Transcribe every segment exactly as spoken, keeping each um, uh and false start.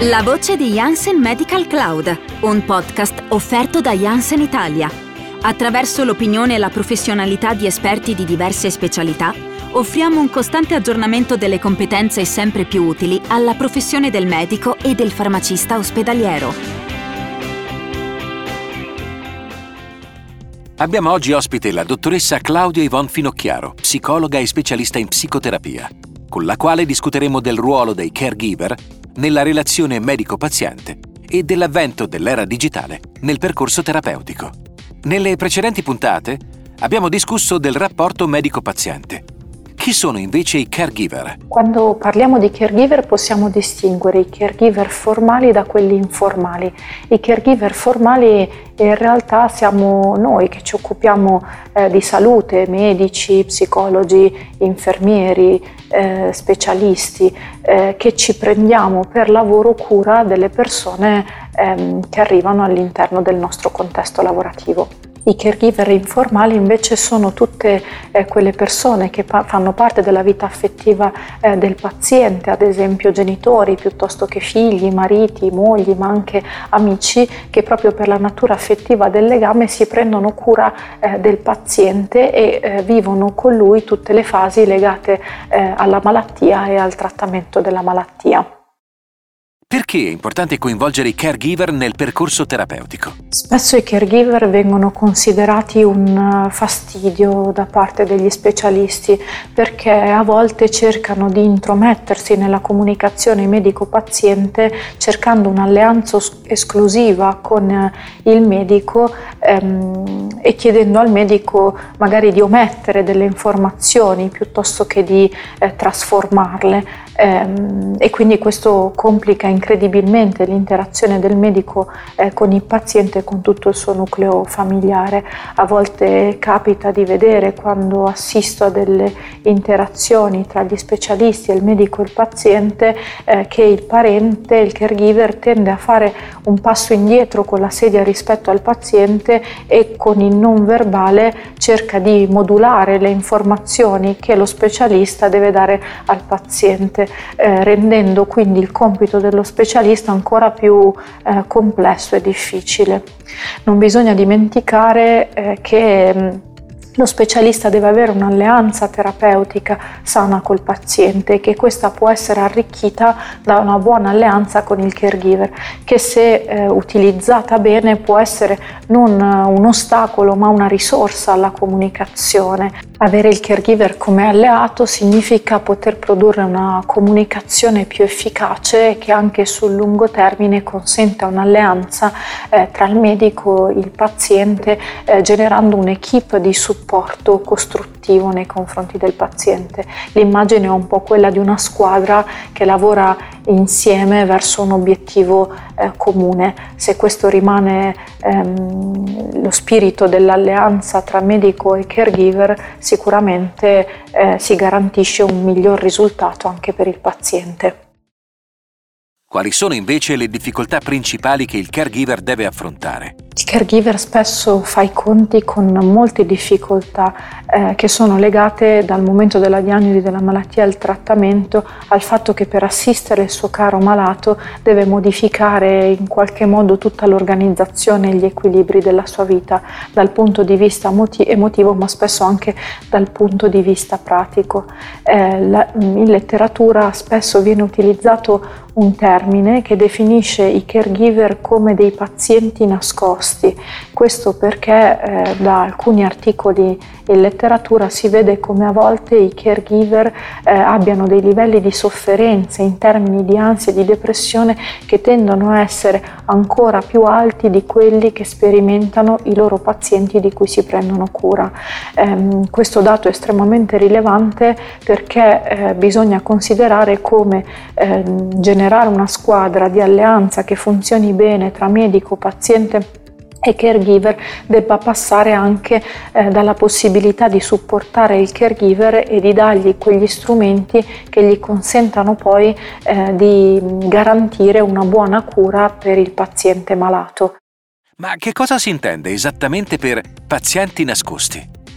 La voce di Janssen Medical Cloud, un podcast offerto da Janssen Italia. Attraverso l'opinione e la professionalità di esperti di diverse specialità, offriamo un costante aggiornamento delle competenze sempre più utili alla professione del medico e del farmacista ospedaliero. Abbiamo oggi ospite la dottoressa Claudia Yvonne Finocchiaro, psicologa e specialista in psicoterapia, con la quale discuteremo del ruolo dei caregiver nella relazione medico-paziente e dell'avvento dell'era digitale nel percorso terapeutico. Nelle precedenti puntate abbiamo discusso del rapporto medico-paziente. Chi sono invece i caregiver? Quando parliamo di caregiver possiamo distinguere i caregiver formali da quelli informali. I caregiver formali in realtà siamo noi che ci occupiamo eh, di salute, medici, psicologi, infermieri, eh, specialisti, eh, che ci prendiamo per lavoro cura delle persone ehm, che arrivano all'interno del nostro contesto lavorativo. I caregiver informali invece sono tutte eh, quelle persone che pa- fanno parte della vita affettiva eh, del paziente, ad esempio genitori piuttosto che figli, mariti, mogli, ma anche amici, che proprio per la natura affettiva del legame si prendono cura eh, del paziente e eh, vivono con lui tutte le fasi legate eh, alla malattia e al trattamento della malattia. Perché è importante coinvolgere i caregiver nel percorso terapeutico? Spesso i caregiver vengono considerati un fastidio da parte degli specialisti perché a volte cercano di intromettersi nella comunicazione medico-paziente cercando un'alleanza esclusiva con il medico ehm, e chiedendo al medico magari di omettere delle informazioni piuttosto che di eh, trasformarle. Ehm, e quindi questo complica incredibilmente l'interazione del medico eh, con il paziente e con tutto il suo nucleo familiare. A volte capita di vedere, quando assisto a delle interazioni tra gli specialisti e il medico e il paziente, eh, che il parente, il caregiver, tende a fare un passo indietro con la sedia rispetto al paziente e con il non verbale cerca di modulare le informazioni che lo specialista deve dare al paziente. Eh, rendendo quindi il compito dello specialista ancora più eh, complesso e difficile. Non bisogna dimenticare eh, che mh, lo specialista deve avere un'alleanza terapeutica sana col paziente e che questa può essere arricchita da una buona alleanza con il caregiver, che se eh, utilizzata bene può essere non un ostacolo ma una risorsa alla comunicazione. Avere il caregiver come alleato significa poter produrre una comunicazione più efficace che anche sul lungo termine consenta un'alleanza eh, tra il medico e il paziente, eh, generando un'equipe di supporto costruttivo nei confronti del paziente. L'immagine è un po' quella di una squadra che lavora insieme verso un obiettivo eh, comune. Se questo rimane ehm, lo spirito dell'alleanza tra medico e caregiver, sicuramente eh, si garantisce un miglior risultato anche per il paziente. Quali sono invece le difficoltà principali che il caregiver deve affrontare? Il caregiver spesso fa i conti con molte difficoltà eh, che sono legate dal momento della diagnosi della malattia al trattamento al fatto che per assistere il suo caro malato deve modificare in qualche modo tutta l'organizzazione e gli equilibri della sua vita dal punto di vista moti- emotivo ma spesso anche dal punto di vista pratico. Eh, la, in letteratura spesso viene utilizzato un termine che definisce i caregiver come dei pazienti nascosti. Questo perché eh, da alcuni articoli in letteratura si vede come a volte i caregiver eh, abbiano dei livelli di sofferenza in termini di ansia e di depressione che tendono a essere ancora più alti di quelli che sperimentano i loro pazienti di cui si prendono cura. Eh, questo dato è estremamente rilevante perché eh, bisogna considerare come eh, generare una squadra di alleanza che funzioni bene tra medico, paziente e caregiver debba passare anche eh, dalla possibilità di supportare il caregiver e di dargli quegli strumenti che gli consentano poi eh, di garantire una buona cura per il paziente malato. Ma che cosa si intende esattamente per pazienti nascosti?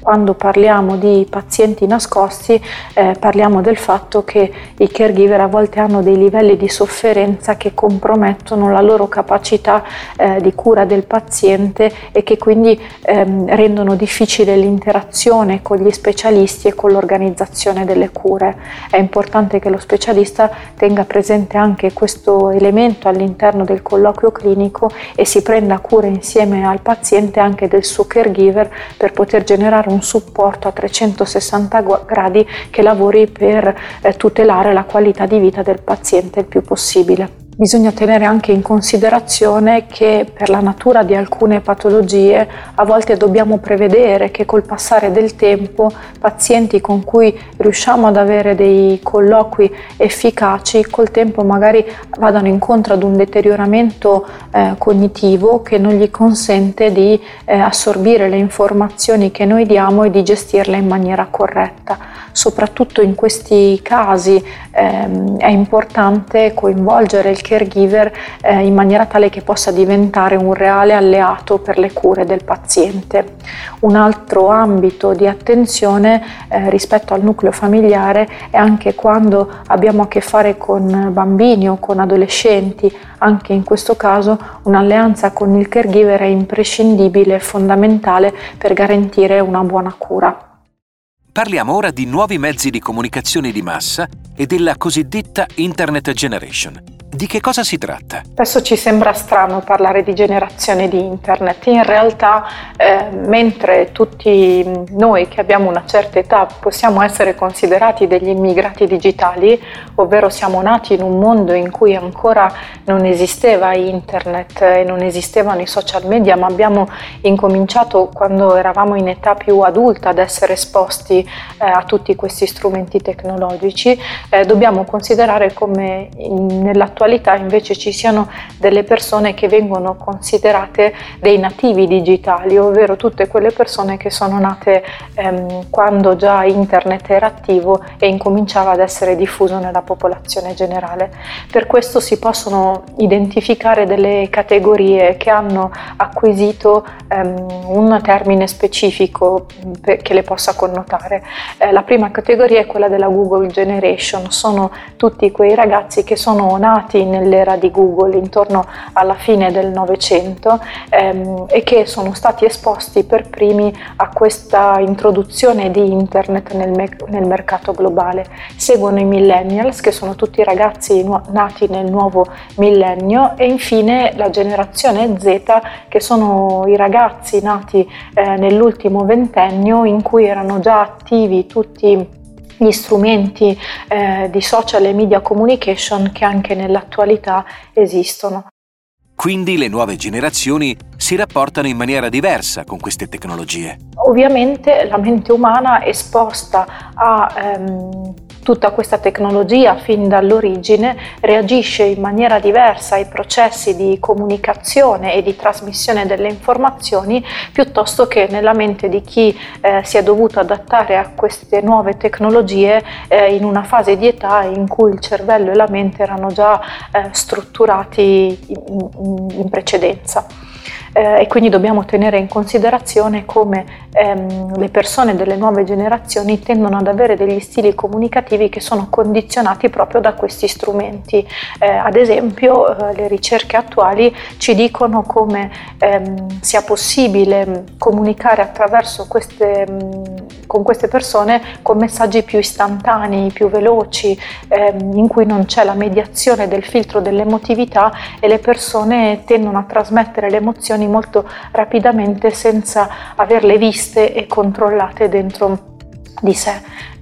Quando parliamo di pazienti nascosti eh, parliamo del fatto che i caregiver a volte hanno dei livelli di sofferenza che compromettono la loro capacità eh, di cura del paziente e che quindi ehm, rendono difficile l'interazione con gli specialisti e con l'organizzazione delle cure. È importante che lo specialista tenga presente anche questo elemento all'interno del colloquio clinico e si prenda cura insieme al paziente anche del suo caregiver per poter generare un un supporto a trecentosessanta gradi che lavori per eh, tutelare la qualità di vita del paziente il più possibile. Bisogna tenere anche in considerazione che per la natura di alcune patologie a volte dobbiamo prevedere che col passare del tempo pazienti con cui riusciamo ad avere dei colloqui efficaci col tempo magari vadano incontro ad un deterioramento eh, cognitivo che non gli consente di eh, assorbire le informazioni che noi diamo e di gestirle in maniera corretta. Soprattutto in questi casi ehm, è importante coinvolgere il caregiver eh, in maniera tale che possa diventare un reale alleato per le cure del paziente. Un altro ambito di attenzione eh, rispetto al nucleo familiare è anche quando abbiamo a che fare con bambini o con adolescenti. Anche in questo caso un'alleanza con il caregiver è imprescindibile e fondamentale per garantire una buona cura. Parliamo ora di nuovi mezzi di comunicazione di massa e della cosiddetta Internet Generation. Di che cosa si tratta? Spesso ci sembra strano parlare di generazione di Internet. In realtà, eh, mentre tutti noi che abbiamo una certa età possiamo essere considerati degli immigrati digitali, ovvero siamo nati in un mondo in cui ancora non esisteva Internet e non esistevano i social media, ma abbiamo incominciato quando eravamo in età più adulta ad essere esposti eh, a tutti questi strumenti tecnologici, eh, dobbiamo considerare come in, nell'attualità invece ci siano delle persone che vengono considerate dei nativi digitali, ovvero tutte quelle persone che sono nate ehm, quando già Internet era attivo e incominciava ad essere diffuso nella popolazione generale. Per questo si possono identificare delle categorie che hanno acquisito ehm, un termine specifico che le possa connotare. Eh, la prima categoria è quella della Google Generation, sono tutti quei ragazzi che sono nati nell'era di Google intorno alla fine del Novecento ehm, e che sono stati esposti per primi a questa introduzione di Internet nel, me- nel mercato globale. Seguono i millennials, che sono tutti ragazzi nu- nati nel nuovo millennio, e infine la generazione Z, che sono i ragazzi nati eh, nell'ultimo ventennio, in cui erano già attivi tutti gli strumenti eh, di social e media communication che anche nell'attualità esistono. Quindi le nuove generazioni si rapportano in maniera diversa con queste tecnologie. Ovviamente la mente umana esposta a ehm, tutta questa tecnologia fin dall'origine reagisce in maniera diversa ai processi di comunicazione e di trasmissione delle informazioni piuttosto che nella mente di chi eh, si è dovuto adattare a queste nuove tecnologie eh, in una fase di età in cui il cervello e la mente erano già eh, strutturati in, in, in precedenza. Eh, e quindi dobbiamo tenere in considerazione come ehm, le persone delle nuove generazioni tendono ad avere degli stili comunicativi che sono condizionati proprio da questi strumenti. Eh, ad esempio, eh, le ricerche attuali ci dicono come ehm, sia possibile comunicare attraverso queste, mh, con queste persone con messaggi più istantanei, più veloci, ehm, in cui non c'è la mediazione del filtro dell'emotività e le persone tendono a trasmettere le emozioni molto rapidamente senza averle viste e controllate dentro di sé.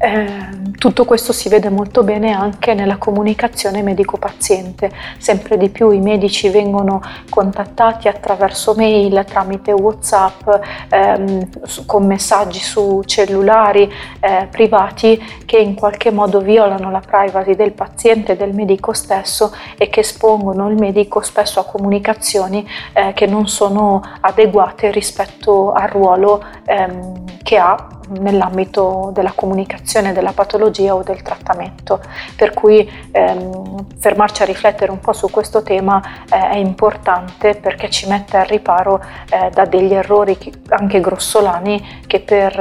Eh, tutto questo si vede molto bene anche nella comunicazione medico-paziente. Sempre di più i medici vengono contattati attraverso mail, tramite WhatsApp, ehm, con messaggi su cellulari eh, privati che in qualche modo violano la privacy del paziente e del medico stesso e che espongono il medico spesso a comunicazioni eh, che non sono adeguate rispetto al ruolo ehm, che che ha nell'ambito della comunicazione della patologia o del trattamento, per cui ehm, fermarci a riflettere un po' su questo tema eh, è importante, perché ci mette al riparo eh, da degli errori che, anche grossolani, che per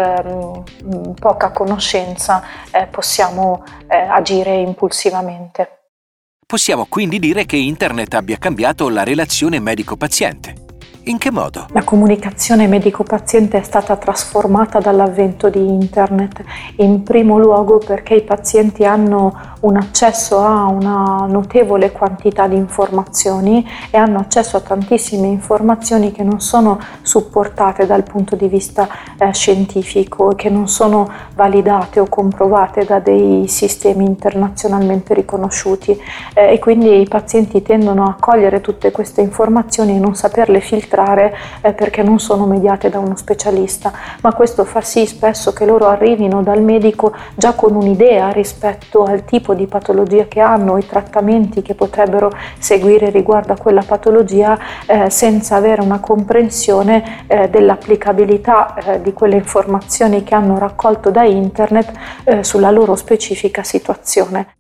ehm, poca conoscenza eh, possiamo eh, agire impulsivamente. Possiamo quindi dire che Internet abbia cambiato la relazione medico-paziente. In che modo? La comunicazione medico-paziente è stata trasformata dall'avvento di Internet, in primo luogo perché i pazienti hanno un accesso a una notevole quantità di informazioni e hanno accesso a tantissime informazioni che non sono supportate dal punto di vista eh, scientifico e che non sono validate o comprovate da dei sistemi internazionalmente riconosciuti, eh, e quindi i pazienti tendono a cogliere tutte queste informazioni e non saperle filtrare Eh, perché non sono mediate da uno specialista, ma questo fa sì spesso che loro arrivino dal medico già con un'idea rispetto al tipo di patologia che hanno, i trattamenti che potrebbero seguire riguardo a quella patologia, eh, senza avere una comprensione eh, dell'applicabilità eh, di quelle informazioni che hanno raccolto da Internet eh, sulla loro specifica situazione.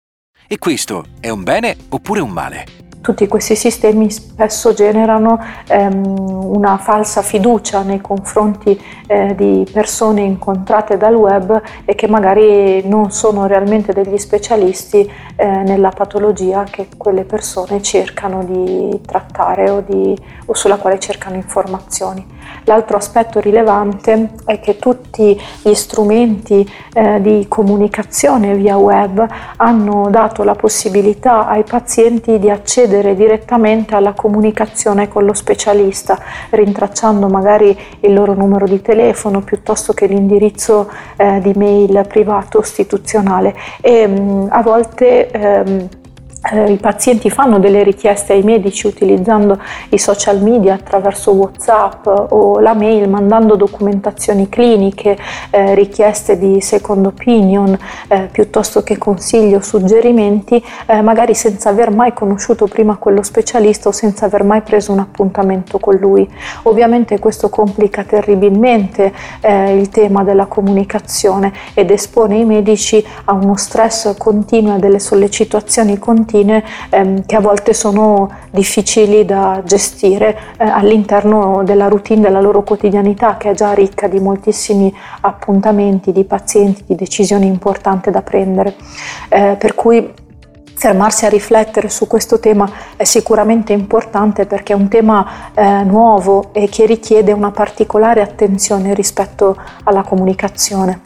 E questo è un bene oppure un male? Tutti questi sistemi spesso generano ehm, una falsa fiducia nei confronti eh, di persone incontrate dal web e che magari non sono realmente degli specialisti eh, nella patologia che quelle persone cercano di trattare o, di, o sulla quale cercano informazioni. L'altro aspetto rilevante è che tutti gli strumenti eh, di comunicazione via web hanno dato la possibilità ai pazienti di accedere direttamente alla comunicazione con lo specialista, rintracciando magari il loro numero di telefono piuttosto che l'indirizzo eh, di mail privato istituzionale, e mh, a volte ehm, Eh, i pazienti fanno delle richieste ai medici utilizzando i social media attraverso WhatsApp o la mail, mandando documentazioni cliniche, eh, richieste di second opinion, eh, piuttosto che consigli o suggerimenti, eh, magari senza aver mai conosciuto prima quello specialista o senza aver mai preso un appuntamento con lui. Ovviamente questo complica terribilmente eh, il tema della comunicazione ed espone i medici a uno stress continuo e a delle sollecitazioni continue Ehm, che a volte sono difficili da gestire eh, all'interno della routine della loro quotidianità, che è già ricca di moltissimi appuntamenti, di pazienti, di decisioni importanti da prendere. Eh, per cui fermarsi a riflettere su questo tema è sicuramente importante, perché è un tema eh, nuovo e che richiede una particolare attenzione rispetto alla comunicazione.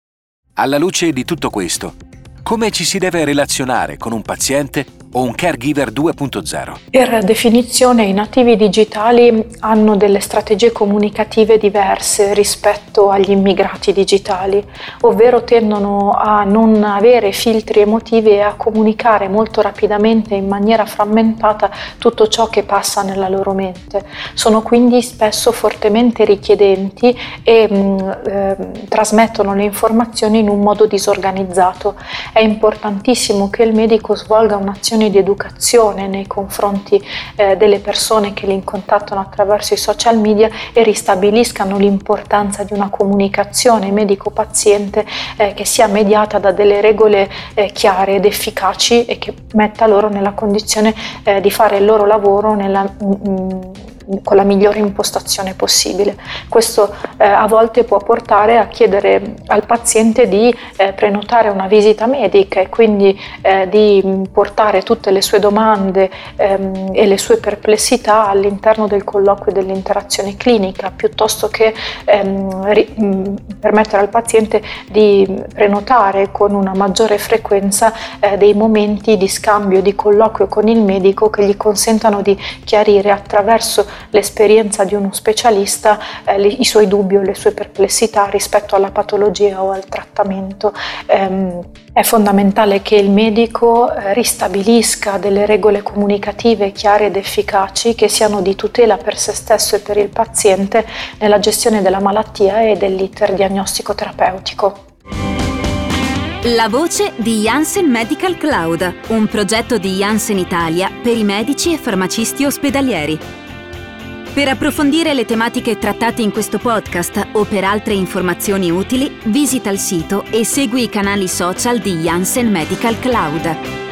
Alla luce di tutto questo, come ci si deve relazionare con un paziente o un caregiver due punto zero? Per definizione i nativi digitali hanno delle strategie comunicative diverse rispetto agli immigrati digitali, ovvero tendono a non avere filtri emotivi e a comunicare molto rapidamente in maniera frammentata tutto ciò che passa nella loro mente. Sono quindi spesso fortemente richiedenti e mh, eh, trasmettono le informazioni in un modo disorganizzato. È importantissimo che il medico svolga un'azione di educazione nei confronti eh, delle persone che li incontattano attraverso i social media e ristabiliscano l'importanza di una comunicazione medico-paziente eh, che sia mediata da delle regole eh, chiare ed efficaci e che metta loro nella condizione eh, di fare il loro lavoro nella mh, con la migliore impostazione possibile. Questo eh, a volte può portare a chiedere al paziente di eh, prenotare una visita medica e quindi eh, di portare tutte le sue domande ehm, e le sue perplessità all'interno del colloquio e dell'interazione clinica, piuttosto che ehm, ri- mh, permettere al paziente di prenotare con una maggiore frequenza eh, dei momenti di scambio, di colloquio con il medico che gli consentano di chiarire attraverso l'esperienza di uno specialista eh, le, i suoi dubbi o le sue perplessità rispetto alla patologia o al trattamento. Ehm, è fondamentale che il medico eh, ristabilisca delle regole comunicative chiare ed efficaci che siano di tutela per se stesso e per il paziente nella gestione della malattia e dell'iter diagnostico-terapeutico. La voce di Janssen Medical Cloud, un progetto di Janssen Italia per i medici e farmacisti ospedalieri. Per approfondire le tematiche trattate in questo podcast o per altre informazioni utili, visita il sito e segui i canali social di Janssen Medical Cloud.